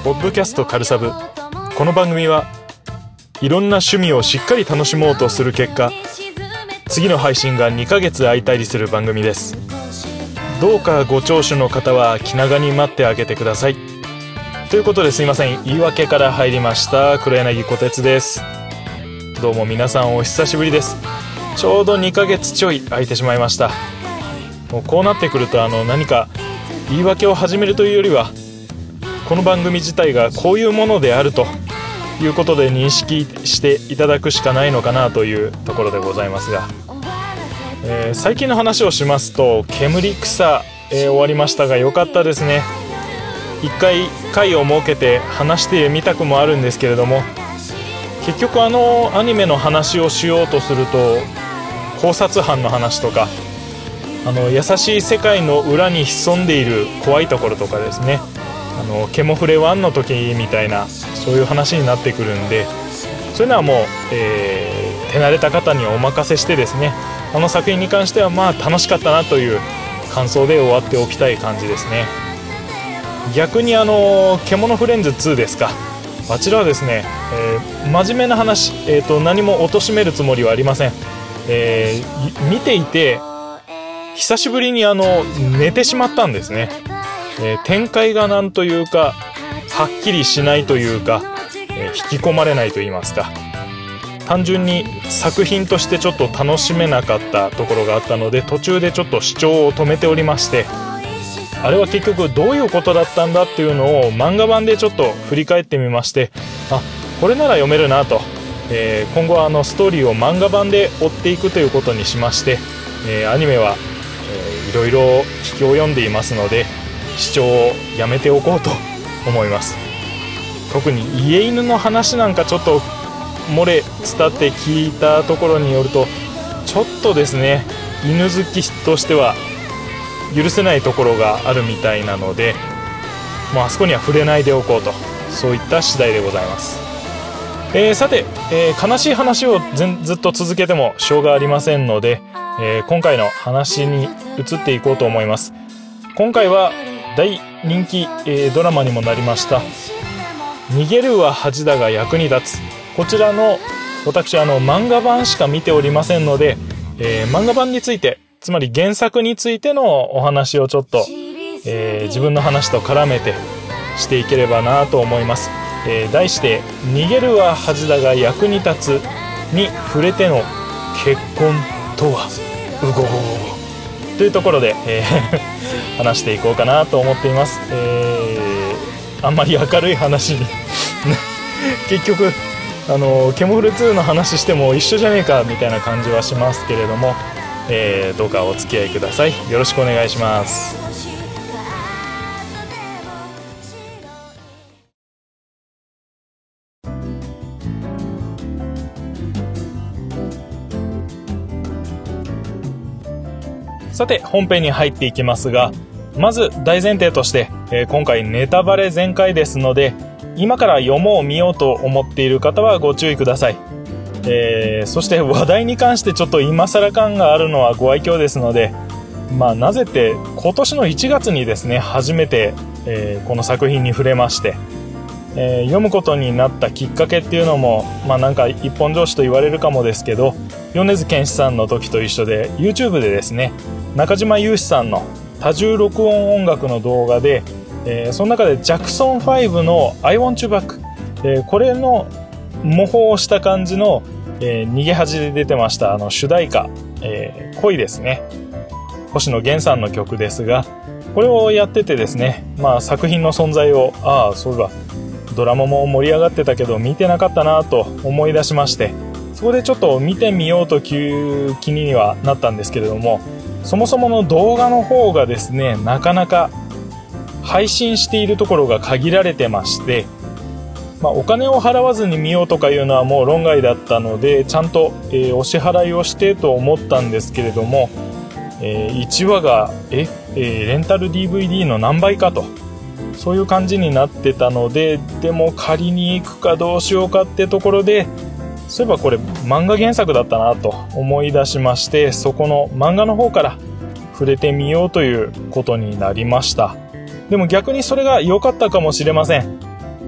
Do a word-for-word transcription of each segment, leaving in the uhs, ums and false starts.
ポッドキャストカルサブ。この番組はいろんな趣味をしっかり楽しもうとする結果、次の配信がにかげつ空いたりする番組です。どうかご聴取の方は気長に待ってあげてください。ということですいません、言い訳から入りました黒柳小鉄です。どうも皆さんお久しぶりです。ちょうどにかげつちょい空いてしまいました。もうこうなってくるとあの何か言い訳を始めるというよりは、この番組自体がこういうものであるということで認識していただくしかないのかなというところでございますが、えー、最近の話をしますと煙草、えー、終わりましたが良かったですね。一回回を設けて話してみたくもあるんですけれども、結局あのアニメの話をしようとすると考察班の話とか、あの優しい世界の裏に潜んでいる怖いところとかですね、あのケモフレワンの時みたいなそういう話になってくるんで、そういうのはもう、えー、手慣れた方にお任せしてですね、あの作品に関してはまあ楽しかったなという感想で終わっておきたい感じですね。逆にあの獣フレンズツーですか、あちらはですね、えー、真面目な話、えーと、何も貶めるつもりはありません。えー、見ていて久しぶりにあの寝てしまったんですね。えー、展開がなんというかはっきりしないというか、えー、引き込まれないと言いますか、単純に作品としてちょっと楽しめなかったところがあったので、途中でちょっと視聴を止めておりまして、あれは結局どういうことだったんだっていうのを漫画版でちょっと振り返ってみまして、あ、これなら読めるなと、えー、今後はあのストーリーを漫画版で追っていくということにしまして、えー、アニメは、えー、いろいろ聞きを読んでいますので視聴をやめておこうと思います。特に家犬の話なんかちょっと漏れ伝って聞いたところによると、ちょっとですね犬好きとしては許せないところがあるみたいなので、もうあそこには触れないでおこうと、そういった次第でございます。えー、さて、えー、悲しい話をずっと続けてもしょうがありませんので、えー、今回の話に移っていこうと思います。今回は大人気、えー、ドラマにもなりました逃げるは恥だが役に立つ、こちらの私あの漫画版しか見ておりませんので、えー、漫画版について、つまり原作についてのお話をちょっと、えー、自分の話と絡めてしていければなと思います。えー、題して逃げるは恥だが役に立つに触れての結婚とはうごごごというところで、えー、話していこうかなと思っています。えー、あんまり明るい話に結局あのケモフレツーの話しても一緒じゃねえかみたいな感じはしますけれども、えー、どうかお付き合いください。よろしくお願いします。さて本編に入っていきますが、まず大前提として、えー、今回ネタバレ全開ですので、今から読もう見ようと思っている方はご注意ください。えー、そして話題に関してちょっと今更感があるのはご愛嬌ですので、まあなぜって今年のいちがつにですね初めて、えー、この作品に触れまして、えー、読むことになったきっかけっていうのも、まあなんか一本上司と言われるかもですけど、米津玄師さんの時と一緒で YouTube でですね中島裕史さんの多重録音音楽の動画で、えー、その中でジャクソンファイブの I Want You Back、えー、これの模倣をした感じの、えー、逃げ恥で出てましたあの主題歌、えー、恋ですね、星野源さんの曲ですが、これをやっててですね、まあ作品の存在を、ああそういえばドラマも盛り上がってたけど見てなかったなと思い出しまして、そこでちょっと見てみようという気にはなったんですけれども、そもそもの動画の方がですねなかなか配信しているところが限られてまして、まあ、お金を払わずに見ようとかいうのはもう論外だったので、ちゃんと、えー、お支払いをしてと思ったんですけれども、えー、いちわがえ、えー、レンタル ディーブイディー の何倍かと、そういう感じになってたので、でも借りに行くかどうしようかってところで、そういえばこれ漫画原作だったなと思い出しまして、そこの漫画の方から触れてみようということになりました。でも逆にそれが良かったかもしれません。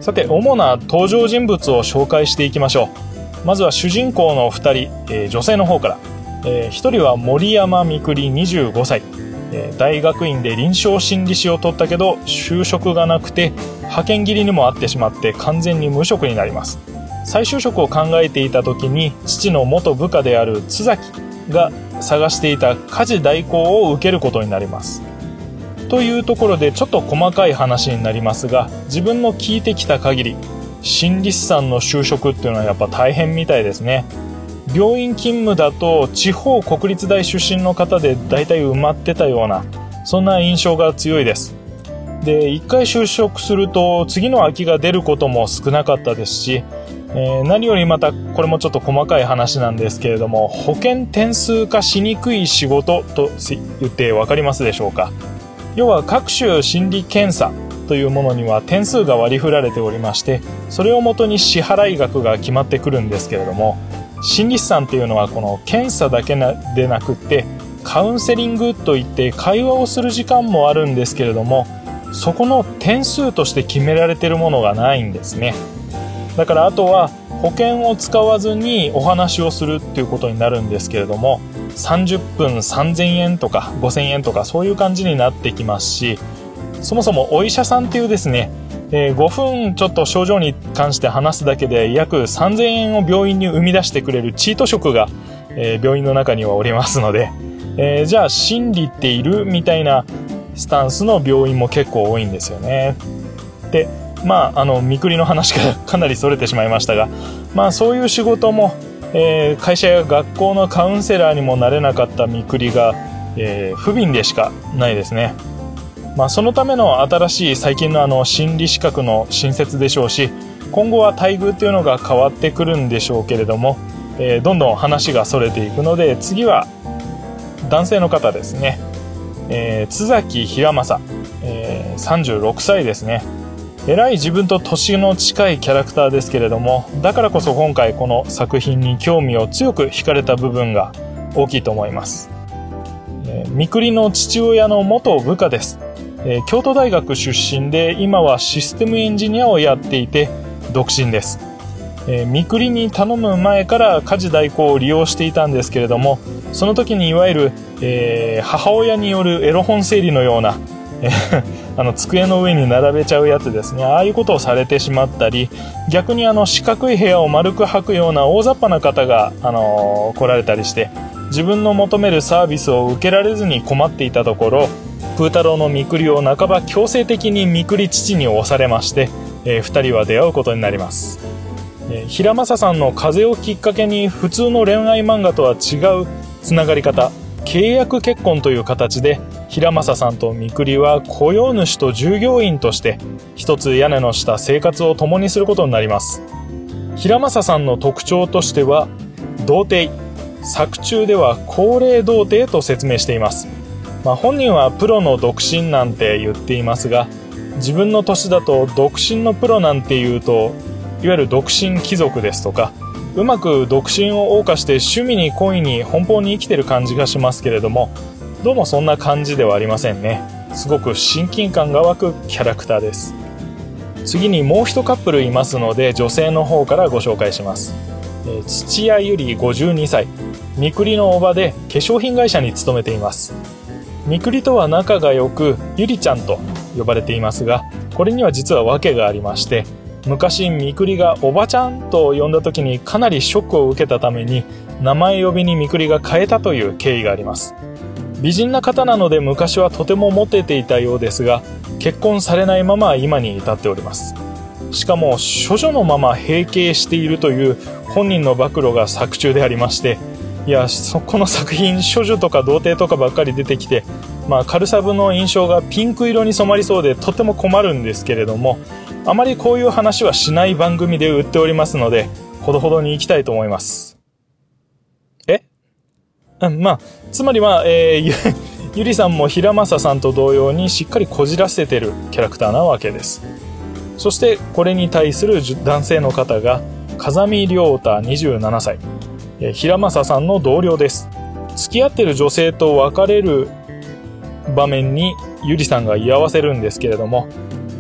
さて、主な登場人物を紹介していきましょう。まずは主人公のふたり、えー、女性の方から、えー、ひとりは森山みくりにじゅうごさい、えー、大学院で臨床心理士を取ったけど就職がなくて派遣切りにもあってしまって完全に無職になります。再就職を考えていた時に父の元部下である津崎が探していた家事代行を受けることになります。というところでちょっと細かい話になりますが、自分の聞いてきた限り心理師さんの就職っていうのはやっぱ大変みたいですね。病院勤務だと地方国立大出身の方で大体埋まってたような、そんな印象が強いです。で、一回就職すると次の空きが出ることも少なかったですし、えー、何よりまたこれもちょっと細かい話なんですけれども、保険点数化しにくい仕事と言って分かりますでしょうか。要は各種心理検査というものには点数が割り振られておりまして、それをもとに支払い額が決まってくるんですけれども、心理師さんっていうのはこの検査だけでなくってカウンセリングといって会話をする時間もあるんですけれども、そこの点数として決められているものがないんですね。だからあとは保険を使わずにお話をするっていうことになるんですけれども、さんじゅっぷんさんぜんえんとかごせんえんとかそういう感じになってきますし、そもそもお医者さんっていうですね、えー、ごふんちょっと症状に関して話すだけで約さんぜんえんを病院に生み出してくれるチート職が、えー、病院の中にはおりますので、えー、じゃあ心理っているみたいなスタンスの病院も結構多いんですよね。で、まああのみくりの話からかなりそれてしまいましたが、まあそういう仕事も、えー、会社や学校のカウンセラーにもなれなかったみくりが、えー、不憫でしかないですね。まあ、そのための新しい最近のあの心理資格の新設でしょうし、今後は待遇っていうのが変わってくるんでしょうけれども、えー、どんどん話がそれていくので、次は男性の方ですね、えー、津崎平正、えー、さんじゅうろくさいですね。えらい自分と年の近いキャラクターですけれども、だからこそ今回この作品に興味を強く惹かれた部分が大きいと思います。えー、みくりの父親の元部下です。えー、京都大学出身で今はシステムエンジニアをやっていて独身です。えー、みくりに頼む前から家事代行を利用していたんですけれども、その時にいわゆる、えー、母親によるエロ本整理のような、えー、あの机の上に並べちゃうやつですね、ああいうことをされてしまったり、逆にあの四角い部屋を丸く履くような大雑把な方が、あのー、来られたりして、自分の求めるサービスを受けられずに困っていたところ、プー太郎のみくりを半ば強制的にみくり父に押されまして、えー、ふたりは出会うことになります。えー、平正さんの風をきっかけに普通の恋愛漫画とは違うつながり方、契約結婚という形で平正さんとみくりは雇用主と従業員として一つ屋根の下生活を共にすることになります。平正さんの特徴としては童貞、作中では高齢童貞と説明しています。まあ、本人はプロの独身なんて言っていますが、自分の年だと独身のプロなんて言うと、いわゆる独身貴族ですとか、うまく独身を謳歌して趣味に恋に奔放に生きてる感じがしますけれども、どうもそんな感じではありませんね。すごく親近感が湧くキャラクターです。次にもう一カップルいますので、女性の方からご紹介します。えー、土屋ゆりごじゅうにさい、みくりの叔母で化粧品会社に勤めています。みくりとは仲が良くゆりちゃんと呼ばれていますが、これには実は訳がありまして、昔みくりがおばちゃんと呼んだ時にかなりショックを受けたために名前呼びにみくりが変えたという経緯があります。美人な方なので昔はとてもモテていたようですが、結婚されないまま今に至っております。しかも処女のまま閉経しているという本人の暴露が作中でありまして、いや、そこの作品処女とか童貞とかばっかり出てきて、まあ、カルサブの印象がピンク色に染まりそうでとても困るんですけれども、あまりこういう話はしない番組で売っておりますので、ほどほどに行きたいと思います。えうん、まあつまりは、えー、ゆ, ゆりさんも平正さんと同様にしっかりこじらせてるキャラクターなわけです。そしてこれに対する男性の方が風見亮太にじゅうななさい、えー、平正さんの同僚です。付き合ってる女性と別れる場面にゆりさんが居合わせるんですけれども、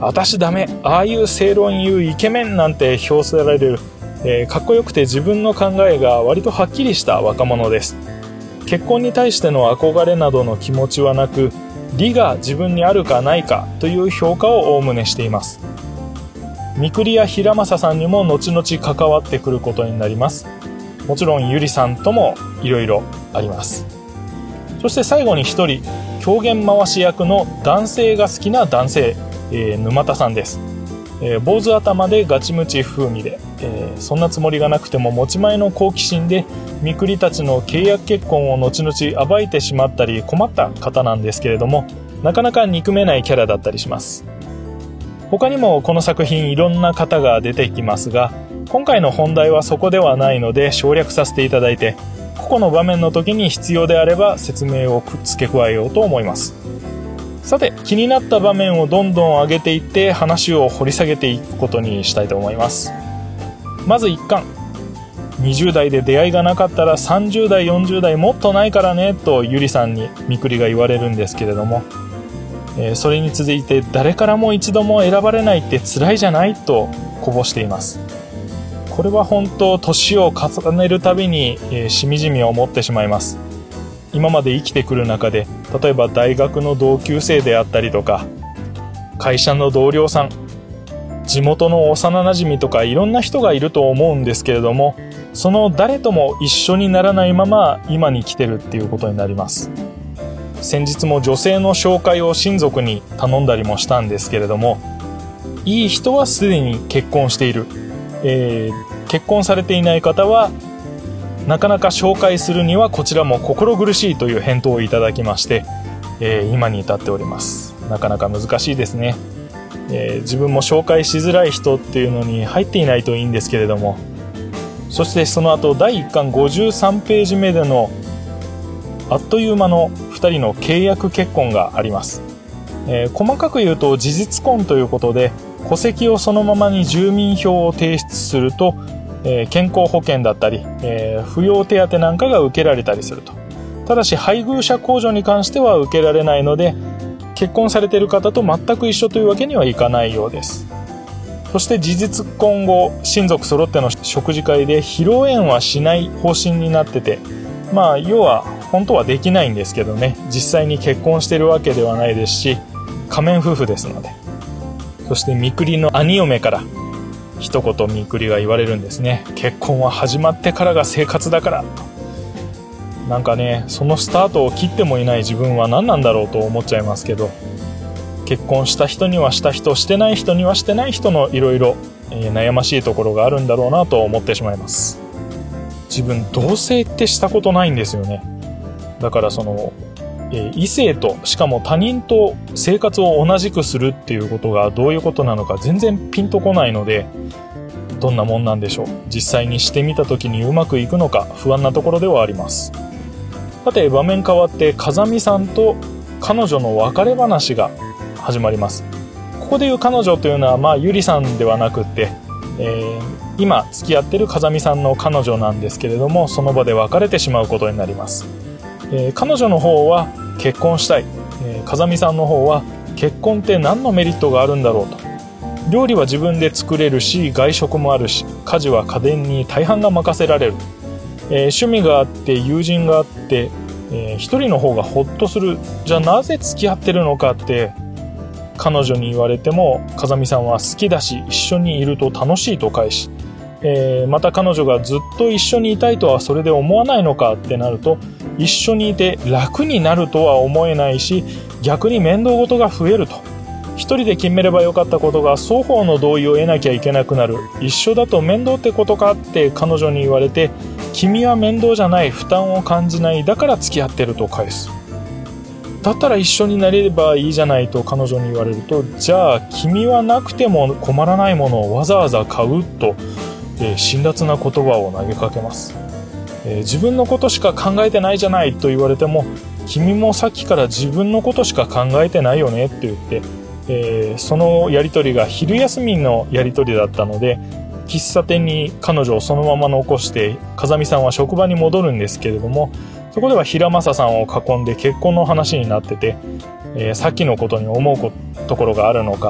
私ダメ、ああいう正論言うイケメンなんて評される、えー、かっこよくて自分の考えが割とはっきりした若者です。結婚に対しての憧れなどの気持ちはなく、利が自分にあるかないかという評価をおおむねしています。みくりや平正さんにも後々関わってくることになります。もちろんゆりさんともいろいろあります。そして最後に一人、狂言回し役の男性が好きな男性、えー、沼田さんです。えー、坊主頭でガチムチ風味で、えー、そんなつもりがなくても持ち前の好奇心でみくりたちの契約結婚を後々暴いてしまったり困った方なんですけれども、なかなか憎めないキャラだったりします。他にもこの作品いろんな方が出てきますが、今回の本題はそこではないので省略させていただいて、個々の場面の時に必要であれば説明を付け加えようと思います。さて、気になった場面をどんどん上げていって話を掘り下げていくことにしたいと思います。まずいっかん、にじゅう代で出会いがなかったらさんじゅう代よんじゅう代もっとないからねとゆりさんにみくりが言われるんですけれども、えー、それに続いて誰からも一度も選ばれないって辛いじゃないとこぼしています。これは本当年を重ねるたびに、えー、しみじみ思ってしまいます。今まで生きてくる中で、例えば大学の同級生であったりとか、会社の同僚さん、地元の幼馴染とかいろんな人がいると思うんですけれども、その誰とも一緒にならないまま今に来てるっていうことになります。先日も女性の紹介を親族に頼んだりもしたんですけれども、いい人はすでに結婚している、えー、結婚されていない方はなかなか紹介するにはこちらも心苦しいという返答をいただきまして、えー、今に至っております。なかなか難しいですね。えー、自分も紹介しづらい人っていうのに入っていないといいんですけれども、そしてその後だいいっかんごじゅうさんページ目でのあっという間のふたりの契約結婚があります。えー、細かく言うと事実婚ということで、戸籍をそのままに住民票を提出すると、えー、健康保険だったり、えー、扶養手当なんかが受けられたりすると。ただし配偶者控除に関しては受けられないので、結婚されている方と全く一緒というわけにはいかないようです。そして事実婚後、親族揃っての食事会で披露宴はしない方針になってて、まあ要は本当はできないんですけどね、実際に結婚してるわけではないですし、仮面夫婦ですので。そしてみくりの兄嫁から一言みくりが言われるんですね。結婚は始まってからが生活だからと。なんかね、そのスタートを切ってもいない自分は何なんだろうと思っちゃいますけど、結婚した人にはした人、してない人にはしてない人のいろいろ悩ましいところがあるんだろうなと思ってしまいます。自分同棲ってしたことないんですよね。だからその、えー、異性としかも他人と生活を同じくするっていうことがどういうことなのか全然ピンとこないので、どんなもんなんでしょう。実際にしてみた時にうまくいくのか不安なところではあります。さて場面変わって風見さんと彼女の別れ話が始まります。ここでいう彼女というのはまあゆりさんではなくって、えー、今付き合ってる風見さんの彼女なんですけれども、その場で別れてしまうことになります。えー、彼女の方は結婚したい、えー、風見さんの方は結婚って何のメリットがあるんだろうと。料理は自分で作れるし、外食もあるし、家事は家電に大半が任せられる、えー、趣味があって友人があって、えー、一人の方がホッとする。じゃあなぜ付き合ってるのかって彼女に言われても、風見さんは好きだし一緒にいると楽しいと返し、えー、また彼女がずっと一緒にいたいとはそれで思わないのかってなると、一緒にいて楽になるとは思えないし、逆に面倒事が増えると。一人で決めればよかったことが双方の同意を得なきゃいけなくなる。一緒だと面倒ってことかって彼女に言われて、君は面倒じゃない、負担を感じない、だから付き合ってると返す。だったら一緒になれればいいじゃないと彼女に言われると、じゃあ君はなくても困らないものをわざわざ買うと、えー、辛辣な言葉を投げかけます。えー、自分のことしか考えてないじゃないと言われても、君もさっきから自分のことしか考えてないよねって言って、えー、そのやり取りが昼休みのやり取りだったので、喫茶店に彼女をそのまま残して風見さんは職場に戻るんですけれども、そこでは平正さんを囲んで結婚の話になってて、えー、さっきのことに思うところがあるのか、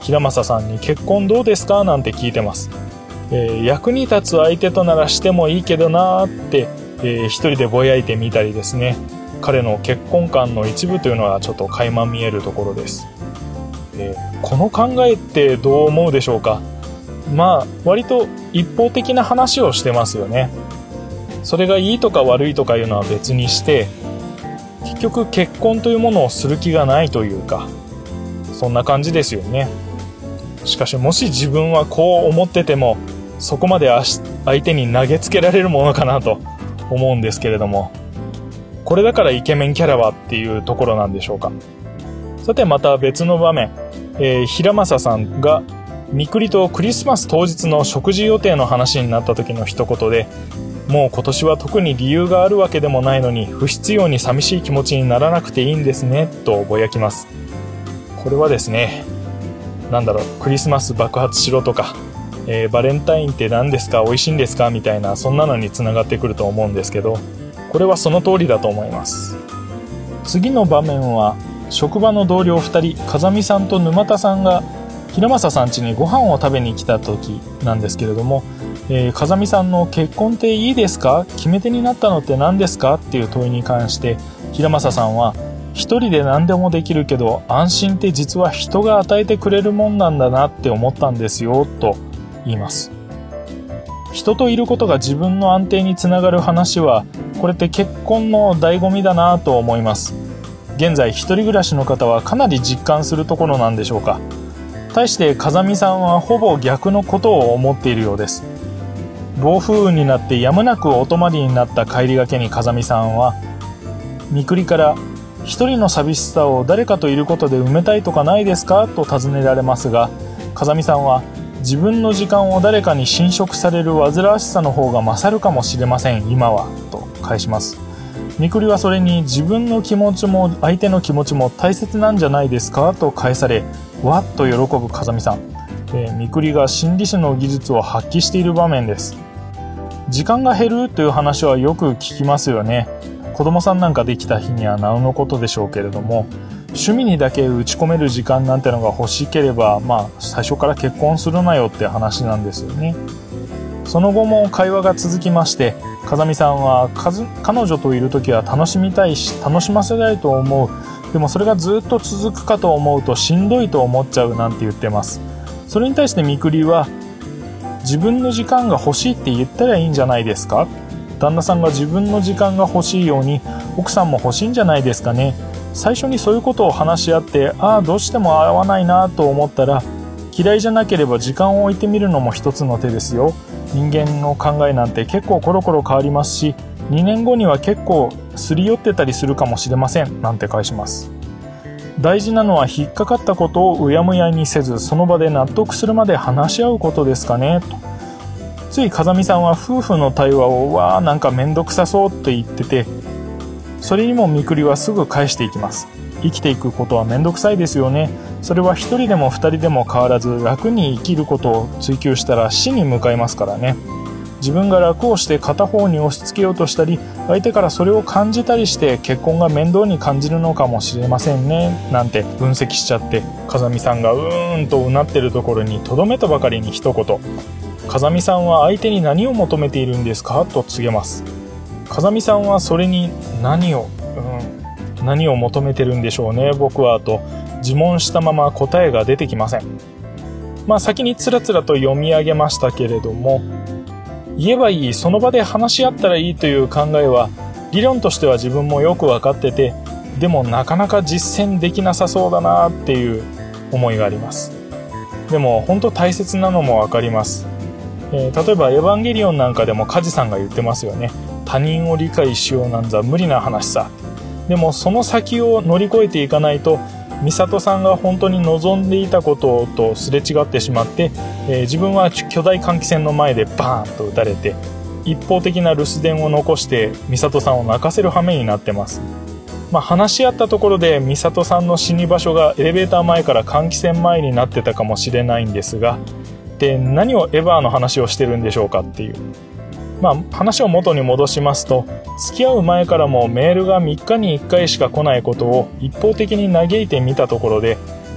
平正さんに結婚どうですかなんて聞いてます。えー、役に立つ相手とならしてもいいけどなーって、えー、一人でぼやいてみたりですね、彼の結婚観の一部というのはちょっと垣間見えるところです。えー、この考えってどう思うでしょうか。まあ割と一方的な話をしてますよね。それがいいとか悪いとかいうのは別にして、結局結婚というものをする気がないというか、そんな感じですよね。しかしもし自分はこう思ってても、そこまで相手に投げつけられるものかなと思うんですけれども、これだからイケメンキャラはっていうところなんでしょうか。さてまた別の場面、えー、平正さんがみくりとクリスマス当日の食事予定の話になった時の一言で、もう今年は特に理由があるわけでもないのに不必要に寂しい気持ちにならなくていいんですねとぼやきます。これはですね、なんだろう、クリスマス爆発しろとか、えー、バレンタインって何ですか、美味しいんですかみたいな、そんなのにつながってくると思うんですけど、これはその通りだと思います。次の場面は職場の同僚ふたり、風見さんと沼田さんが平正さん家にご飯を食べに来た時なんですけれども、えー、風見さんの結婚っていいですか、決め手になったのって何ですかっていう問いに関して平正さんは、一人で何でもできるけど安心って実は人が与えてくれるもんなんだなって思ったんですよと言います。人といることが自分の安定につながる話は、これって結婚の醍醐味だなと思います。現在一人暮らしの方はかなり実感するところなんでしょうか。対して風見さんはほぼ逆のことを思っているようです。暴風雨になってやむなくお泊まりになった帰りがけに風見さんはみくりから、一人の寂しさを誰かといることで埋めたいとかないですかと尋ねられますが、風見さんは、自分の時間を誰かに侵食される煩わしさの方が勝るかもしれません今はと返します。みくりはそれに、自分の気持ちも相手の気持ちも大切なんじゃないですかと返され、わっと喜ぶ風見さん。えー、みくりが心理師の技術を発揮している場面です。時間が減るという話はよく聞きますよね。子供さんなんかできた日にはなおのことでしょうけれども、趣味にだけ打ち込める時間なんてのが欲しければ、まあ最初から結婚するなよって話なんですよね。その後も会話が続きまして、風見さんは彼女といる時は楽しみたいし楽しませたいと思う、でもそれがずっと続くかと思うとしんどいと思っちゃうなんて言ってます。それに対してみくりは、自分の時間が欲しいって言ったらいいんじゃないですか。旦那さんが自分の時間が欲しいように奥さんも欲しいんじゃないですかね。最初にそういうことを話し合って、ああどうしても合わないなと思ったら、嫌いじゃなければ時間を置いてみるのも一つの手ですよ。人間の考えなんて結構コロコロ変わりますし、にねんごには結構すり寄ってたりするかもしれませんなんて返します。大事なのは引っかかったことをうやむやにせず、その場で納得するまで話し合うことですかねと。つい風見さんは夫婦の対話をわーなんかめんどくさそうって言ってて、それにもみくりはすぐ返していきます。生きていくことはめんどくさいですよね。それは一人でも二人でも変わらず楽に生きることを追求したら死に向かいますからね。自分が楽をして片方に押し付けようとしたり、相手からそれを感じたりして結婚が面倒に感じるのかもしれませんねなんて分析しちゃって、風見さんがうーんとうなってるところにとどめたばかりに一言、風見さんは相手に何を求めているんですかと告げます。風見さんはそれに何を、うん、何を求めてるんでしょうね僕はと自問したまま答えが出てきません。まあ先につらつらと読み上げましたけれども、言えばいい、その場で話し合ったらいいという考えは理論としては自分もよく分かってて、でもなかなか実践できなさそうだなっていう思いがあります。でも本当大切なのも分かります。えー、例えばエヴァンゲリオンなんかでも梶さんが言ってますよね。他人を理解しようなんざ無理な話さ。でもその先を乗り越えていかないと、美里さんが本当に望んでいたこととすれ違ってしまって、えー、自分は巨大換気扇の前でバーンと撃たれて、一方的な留守電を残して美里さんを泣かせる羽目になってます。まあ、話し合ったところで美里さんの死に場所がエレベーター前から換気扇前になってたかもしれないんですが、で何をエヴァーの話をしてるんでしょうかっていう。まあ話を元に戻しますと、付き合う前からもメールがみっかにいっかいしか来ないことを一方的に嘆いてみたところで、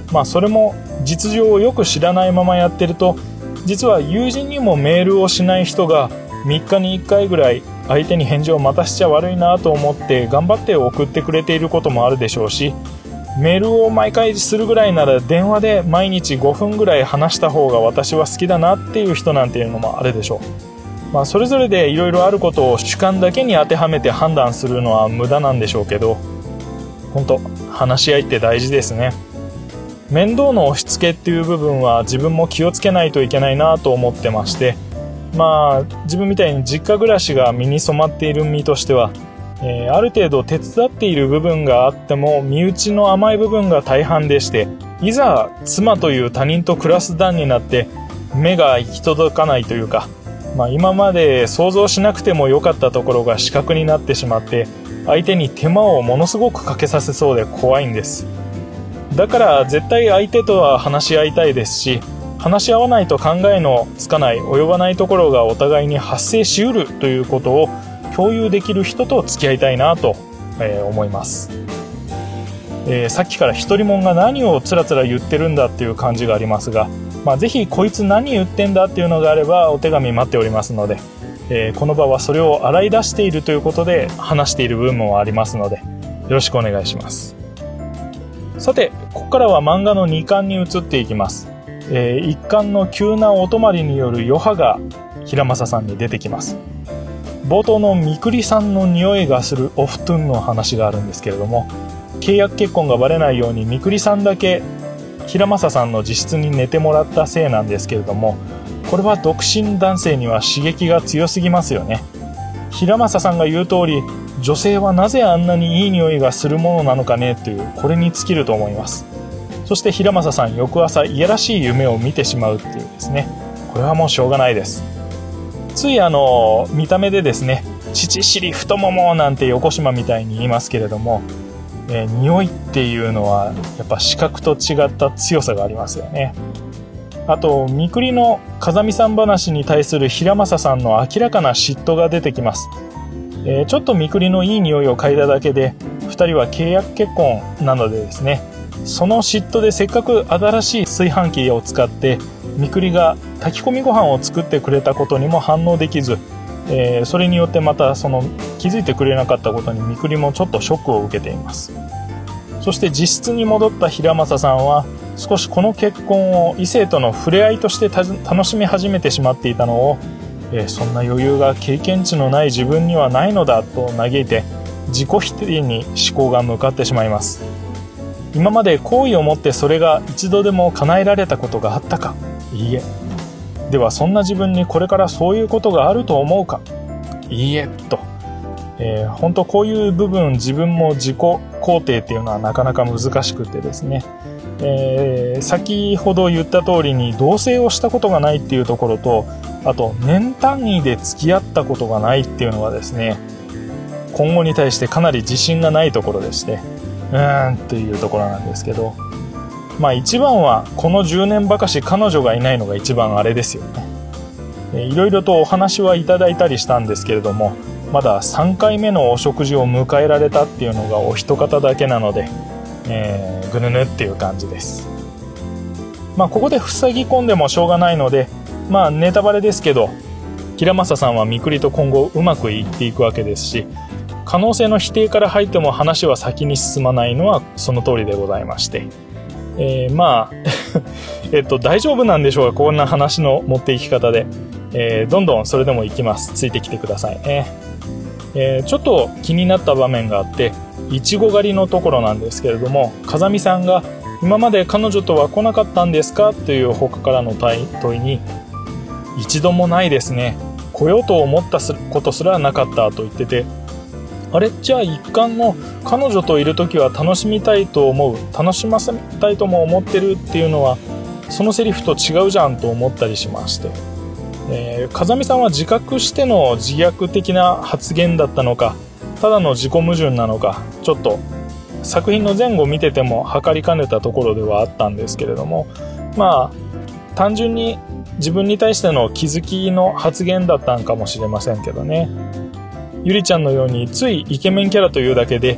まあそれも実情をよく知らないままやってると、実は友人にもメールをしない人がみっかにいっかいぐらい相手に返事を待たしちゃ悪いなと思って頑張って送ってくれていることもあるでしょうし、メールを毎回するぐらいなら電話で毎日ごふんぐらい話した方が私は好きだなっていう人なんていうのもあるでしょう。まあそれぞれでいろいろあることを主観だけに当てはめて判断するのは無駄なんでしょうけど、本当話し合いって大事ですね。面倒の押し付けっていう部分は自分も気をつけないといけないなと思ってまして、まあ自分みたいに実家暮らしが身に染まっている身としては、えー、ある程度手伝っている部分があっても身内の甘い部分が大半でして、いざ妻という他人と暮らす段になって目が行き届かないというか、まあ、今まで想像しなくてもよかったところが視覚になってしまって相手に手間をものすごくかけさせそうで怖いんです。だから絶対相手とは話し合いたいですし、話し合わないと考えのつかない及ばないところがお互いに発生しうるということを共有できる人と付き合いたいなと、えー、思います。えー、さっきから一人もんが何をつらつら言ってるんだっていう感じがありますが、まあ、ぜひこいつ何言ってんだっていうのがあればお手紙待っておりますので、えー、この場はそれを洗い出しているということで話している部分もありますのでよろしくお願いします。さて、ここからは漫画のにかんに移っていきます。えー、いっかんの急なお泊まりによる余波が平正さんに出てきます。冒頭のみくりさんの匂いがするオフトゥンの話があるんですけれども、契約結婚がバレないようにみくりさんだけ平正さんの自室に寝てもらったせいなんですけれども、これは独身男性には刺激が強すぎますよね。平正さんが言う通り、女性はなぜあんなにいい匂いがするものなのかねという、これに尽きると思います。そして平正さん、翌朝いやらしい夢を見てしまうっていうですね、これはもうしょうがないです。ついあの見た目でですね、乳尻太ももなんて横島みたいに言いますけれども、えー、匂いっていうのはやっぱ視覚と違った強さがありますよね。あとみくりの風見さん話に対する平正さんの明らかな嫉妬が出てきます。えー、ちょっとみくりのいい匂いを嗅いだだけでふたりは契約結婚なのでですね、その嫉妬でせっかく新しい炊飯器を使ってみくりが炊き込みご飯を作ってくれたことにも反応できず、えー、それによってまたその気づいてくれなかったことにみくりもちょっとショックを受けています。そして自室に戻った平正さんは少しこの結婚を異性との触れ合いとして楽しみ始めてしまっていたのを、えー、そんな余裕が経験値のない自分にはないのだと嘆いて自己否定に思考が向かってしまいます。今まで好意を持ってそれが一度でも叶えられたことがあったか。いいえ。ではそんな自分にこれからそういうことがあると思うか。いいえと、えー、本当こういう部分自分も自己肯定っていうのはなかなか難しくてですね、えー、先ほど言った通りに同棲をしたことがないっていうところと、あと年単位で付き合ったことがないっていうのはですね、今後に対してかなり自信がないところでして、うーんというところなんですけど、まあ一番はこのじゅうねんばかし彼女がいないのが一番あれですよね。いろいろとお話はいただいたりしたんですけれども、まださんかいめのお食事を迎えられたっていうのがお一方だけなので、えー、ぐぬぬっていう感じです。まあここで塞ぎ込んでもしょうがないので、まあネタバレですけど、平正さんはみくりと今後うまくいっていくわけですし、可能性の否定から入っても話は先に進まないのはその通りでございまして、えー、まあえっと大丈夫なんでしょうか、こんな話の持っていき方で、えー、どんどんそれでもいきます。ついてきてくださいね。えー、ちょっと気になった場面があって、いちご狩りのところなんですけれども、風見さんが今まで彼女とは来なかったんですかという他からの問いに、一度もないですね、来ようと思ったことすらなかったと言ってて、あれ、じゃあ一貫の彼女といる時は楽しみたいと思う、楽しませたいとも思ってるっていうのはそのセリフと違うじゃんと思ったりしまして、えー、風見さんは自覚しての自虐的な発言だったのか、ただの自己矛盾なのか、ちょっと作品の前後見てても測りかねたところではあったんですけれども、まあ単純に自分に対しての気づきの発言だったんかもしれませんけどね。ゆりちゃんのようについイケメンキャラというだけで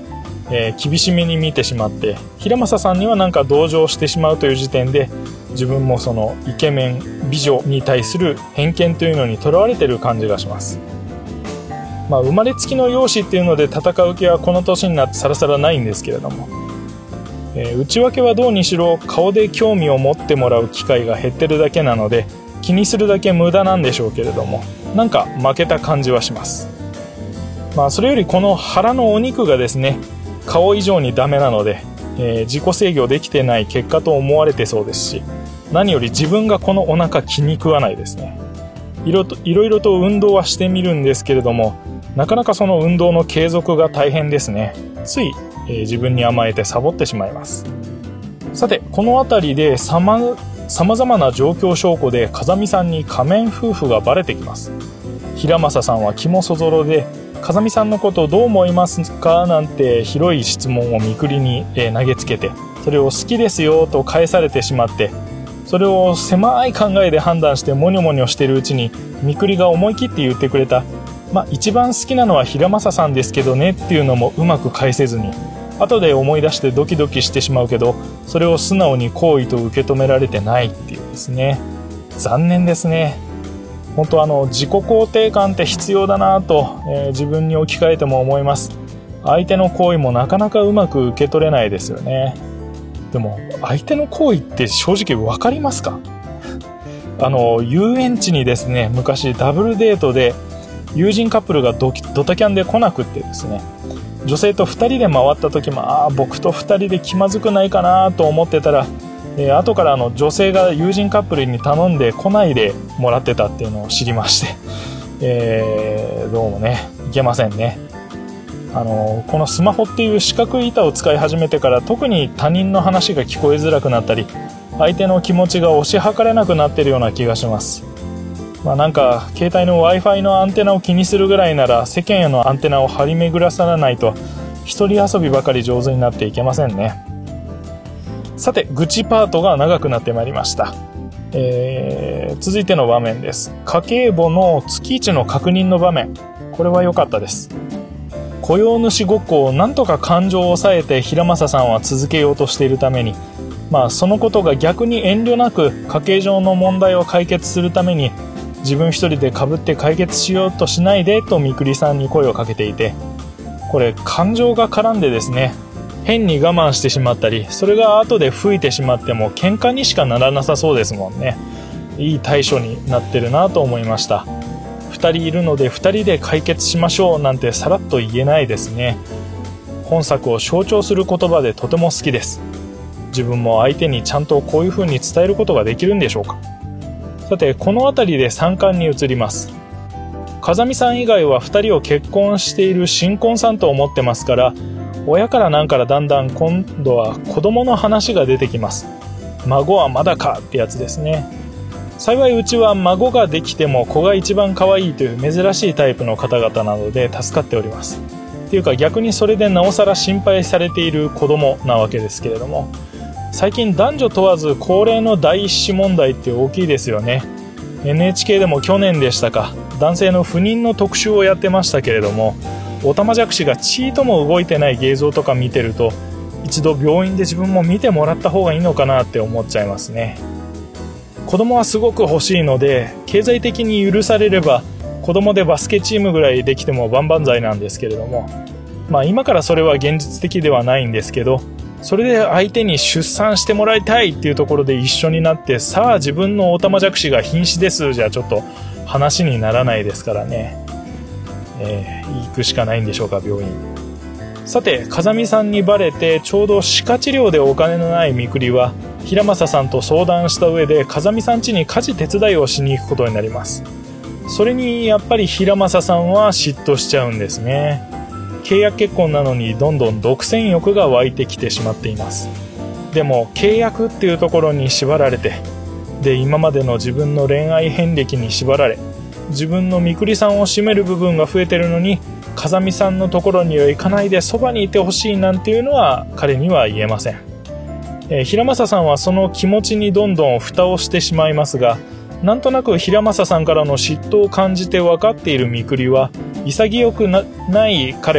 えー、厳しめに見てしまって、平正さんにはなんか同情してしまうという時点で、自分もそのイケメン美女に対する偏見というのにとらわれている感じがします。まあ、生まれつきの容姿っていうので戦う気はこの年になってさらさらないんですけれども、えー、内訳はどうにしろ顔で興味を持ってもらう機会が減ってるだけなので、気にするだけ無駄なんでしょうけれども、なんか負けた感じはします。まあ、それよりこの腹のお肉がですね、顔以上にダメなので、えー、自己制御できてない結果と思われてそうですし、何より自分がこのお腹気に食わないですね。いろと、いろいろと運動はしてみるんですけれども、なかなかその運動の継続が大変ですね。つい、えー、自分に甘えてサボってしまいます。さて、この辺りでさま様々な状況証拠で風見さんに仮面夫婦がバレてきます。平正さんは気もそぞろで、風見さんのことをどう思いますかなんて広い質問をみくりに、えー、投げつけて、それを好きですよと返されてしまって、それを狭い考えで判断してモニョモニョしているうちに、みくりが思い切って言ってくれた、まあ一番好きなのは平正さんですけどねっていうのもうまく返せずに、後で思い出してドキドキしてしまうけど、それを素直に好意と受け止められてないっていうですね。残念ですね。本当あの自己肯定感って必要だなと、えー、自分に置き換えても思います。相手の行為もなかなかうまく受け取れないですよね。でも相手の行為って正直わかりますか？あの遊園地にですね、昔ダブルデートで友人カップルが ド, ドタキャンで来なくってですね、女性とふたりで回った時も、ああ僕とふたりで気まずくないかなと思ってたら、えー、後からあの女性が友人カップルに頼んで来ないでもらってたっていうのを知りまして、えー、どうもねいけませんね。あのこのスマホっていう四角い板を使い始めてから、特に他人の話が聞こえづらくなったり、相手の気持ちが推し量れなくなっているような気がします。まあ、なんか携帯の Wi-Fi のアンテナを気にするぐらいなら、世間へのアンテナを張り巡らさらないと一人遊びばかり上手になっていけませんね。さて、愚痴パートが長くなってまいりました。えー、続いての場面です。家計簿の月一の確認の場面、これは良かったです。雇用主ごっこをなんとか感情を抑えて平正さんは続けようとしているために、まあそのことが逆に遠慮なく家計上の問題を解決するために、自分一人で被って解決しようとしないでとみくりさんに声をかけていて、これ感情が絡んでですね、変に我慢してしまったり、それが後で吹いてしまっても喧嘩にしかならなさそうですもんね。いい対処になってるなと思いました。ふたりいるのでふたりで解決しましょうなんてさらっと言えないですね。本作を象徴する言葉でとても好きです。自分も相手にちゃんとこういう風に伝えることができるんでしょうか。さて、この辺りでさんかんに移ります。風見さん以外はふたりを結婚している新婚さんと思ってますから、親からなんからだんだん今度は子供の話が出てきます。孫はまだかってやつですね。幸いうちは孫ができても子が一番可愛いという珍しいタイプの方々なので助かっております。っていうか逆にそれでなおさら心配されている子供なわけですけれども、最近男女問わず高齢の第一子問題って大きいですよね。 エヌエイチケー でも去年でしたか、男性の不妊の特集をやってましたけれども、オタマジャクシがちーとも動いてない映像とか見てると、一度病院で自分も見てもらった方がいいのかなって思っちゃいますね。子供はすごく欲しいので、経済的に許されれば子供でバスケチームぐらいできても万々歳なんですけれども、まあ今からそれは現実的ではないんですけど、それで相手に出産してもらいたいっていうところで一緒になって、さあ自分のオタマジャクシが瀕死ですじゃちょっと話にならないですからね。えー、行くしかないんでしょうか、病院。さて、風見さんにバレてちょうど歯科治療でお金のないみくりは、平正さんと相談した上で風見さん家に家事手伝いをしに行くことになります。それにやっぱり平正さんは嫉妬しちゃうんですね。契約結婚なのにどんどん独占欲が湧いてきてしまっています。でも契約っていうところに縛られて、で今までの自分の恋愛遍歴に縛られ、自分のみくりさんを占める部分が増えてるのに、風見さんのところには行かないでそばにいてほしいなんていうのは彼には言えません。えー、平正さんはその気持ちにどんどん蓋をしてしまいますが、なんとなく平正さんからの嫉妬を感じて分かっているみくりは、潔く な, ない彼を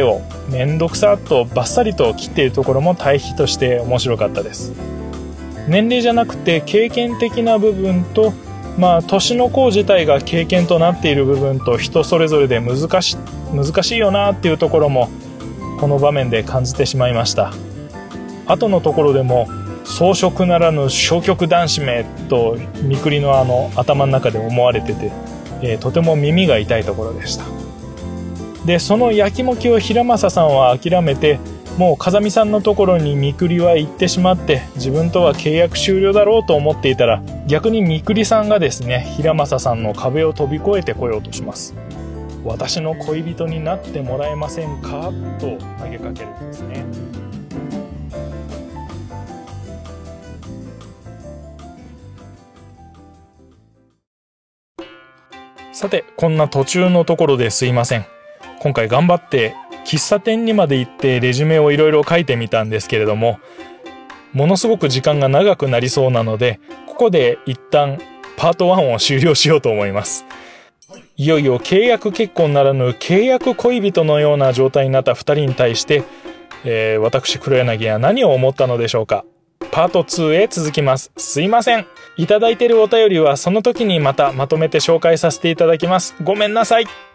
めんどくさっとバッサリと切っているところも対比として面白かったです。年齢じゃなくて経験的な部分と、まあ年の功自体が経験となっている部分と人それぞれで難し難しいよなっていうところもこの場面で感じてしまいました。後のところでも装飾ならぬ消極男子めとみくりのあの頭の中で思われてて、えー、とても耳が痛いところでした。でそのやきもきを平正さんは諦めて、もう風見さんのところにみくりは行ってしまって、自分とは契約終了だろうと思っていたら、逆にみくりさんがですね、平正さんの壁を飛び越えてこようとします。私の恋人になってもらえませんかと投げかけるんですね。さて、こんな途中のところですいません。今回頑張って喫茶店にまで行ってレジュメをいろいろ書いてみたんですけれども、ものすごく時間が長くなりそうなので、ここで一旦パートワンを終了しようと思います。いよいよ契約結婚ならぬ契約恋人のような状態になったふたりに対して、えー、私黒柳は何を思ったのでしょうか。パートツーへ続きます。すいません。いただいているお便りはその時にまたまとめて紹介させていただきます。ごめんなさい。